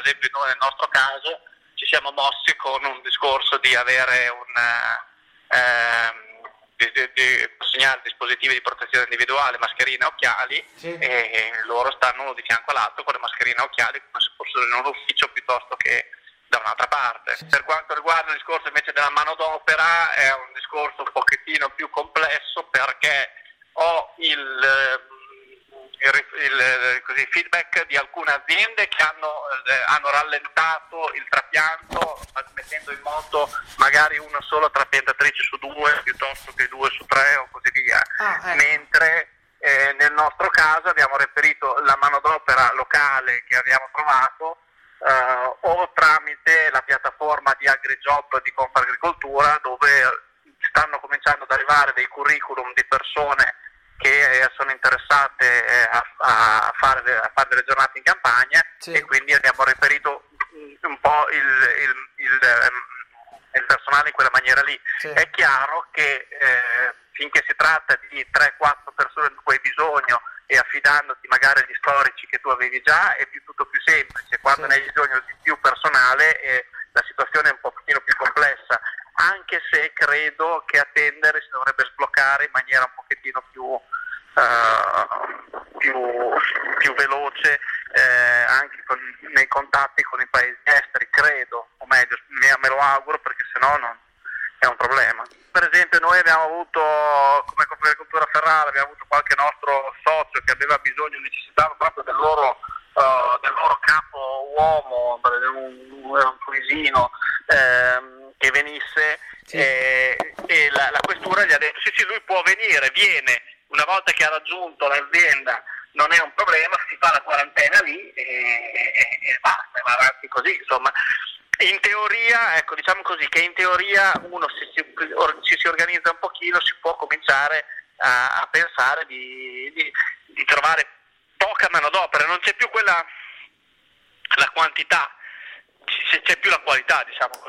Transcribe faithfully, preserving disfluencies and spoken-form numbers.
ad esempio noi nel nostro caso ci siamo mossi con un discorso di avere un ehm, di, di, di consegnare dispositivi di protezione individuale, mascherine e occhiali, Sì. e loro stanno uno di fianco all'altro con le mascherine e occhiali come se fossero in un ufficio piuttosto che da un'altra parte. Sì. Per quanto riguarda il discorso invece della manodopera, è un discorso un pochettino più complesso, perché ho il, il, il così, feedback di alcune aziende che hanno, eh, hanno rallentato il trapianto mettendo in moto magari una sola trapiantatrice su due piuttosto che due su tre o così via, Ah, ecco. mentre eh, nel nostro caso abbiamo reperito la manodopera locale che abbiamo trovato Uh, o tramite la piattaforma di AgriJob di Confagricoltura, dove stanno cominciando ad arrivare dei curriculum di persone che eh, sono interessate eh, a, a, fare de, a fare delle giornate in campagna, sì. E quindi abbiamo reperito un po' il, il, il, il personale in quella maniera lì. Sì. È chiaro che eh, finché si tratta di tre quattro persone di cui hai bisogno e affidandoti magari agli storici che tu avevi già, è più, tutto più semplice. Quando sì. ne hai bisogno di più personale eh, la situazione è un pochettino più complessa, anche se credo che a tendere si dovrebbe sbloccare in maniera un pochettino più, uh, più, più veloce eh, anche con, nei contatti con i paesi esteri, credo, o meglio me, me lo auguro, perché sennò non è un problema. Per esempio noi abbiamo avuto, come Confagricoltura Ferrara, abbiamo avuto qualche nostro socio che aveva bisogno, necessitava proprio del loro, uh, del loro capo uomo, un, un tunisino, ehm, che venisse, sì. e, e la, la questura gli ha detto sì sì lui può venire, viene, una volta che ha raggiunto l'azienda non è un problema, si fa la quarantena lì e, e, e basta, va avanti così, insomma. In teoria, ecco, diciamo così, che in teoria uno se si, si, si organizza un pochino si può cominciare a, a pensare di, di, di trovare poca manodopera, non c'è più quella, la quantità, c'è più la qualità, diciamo così.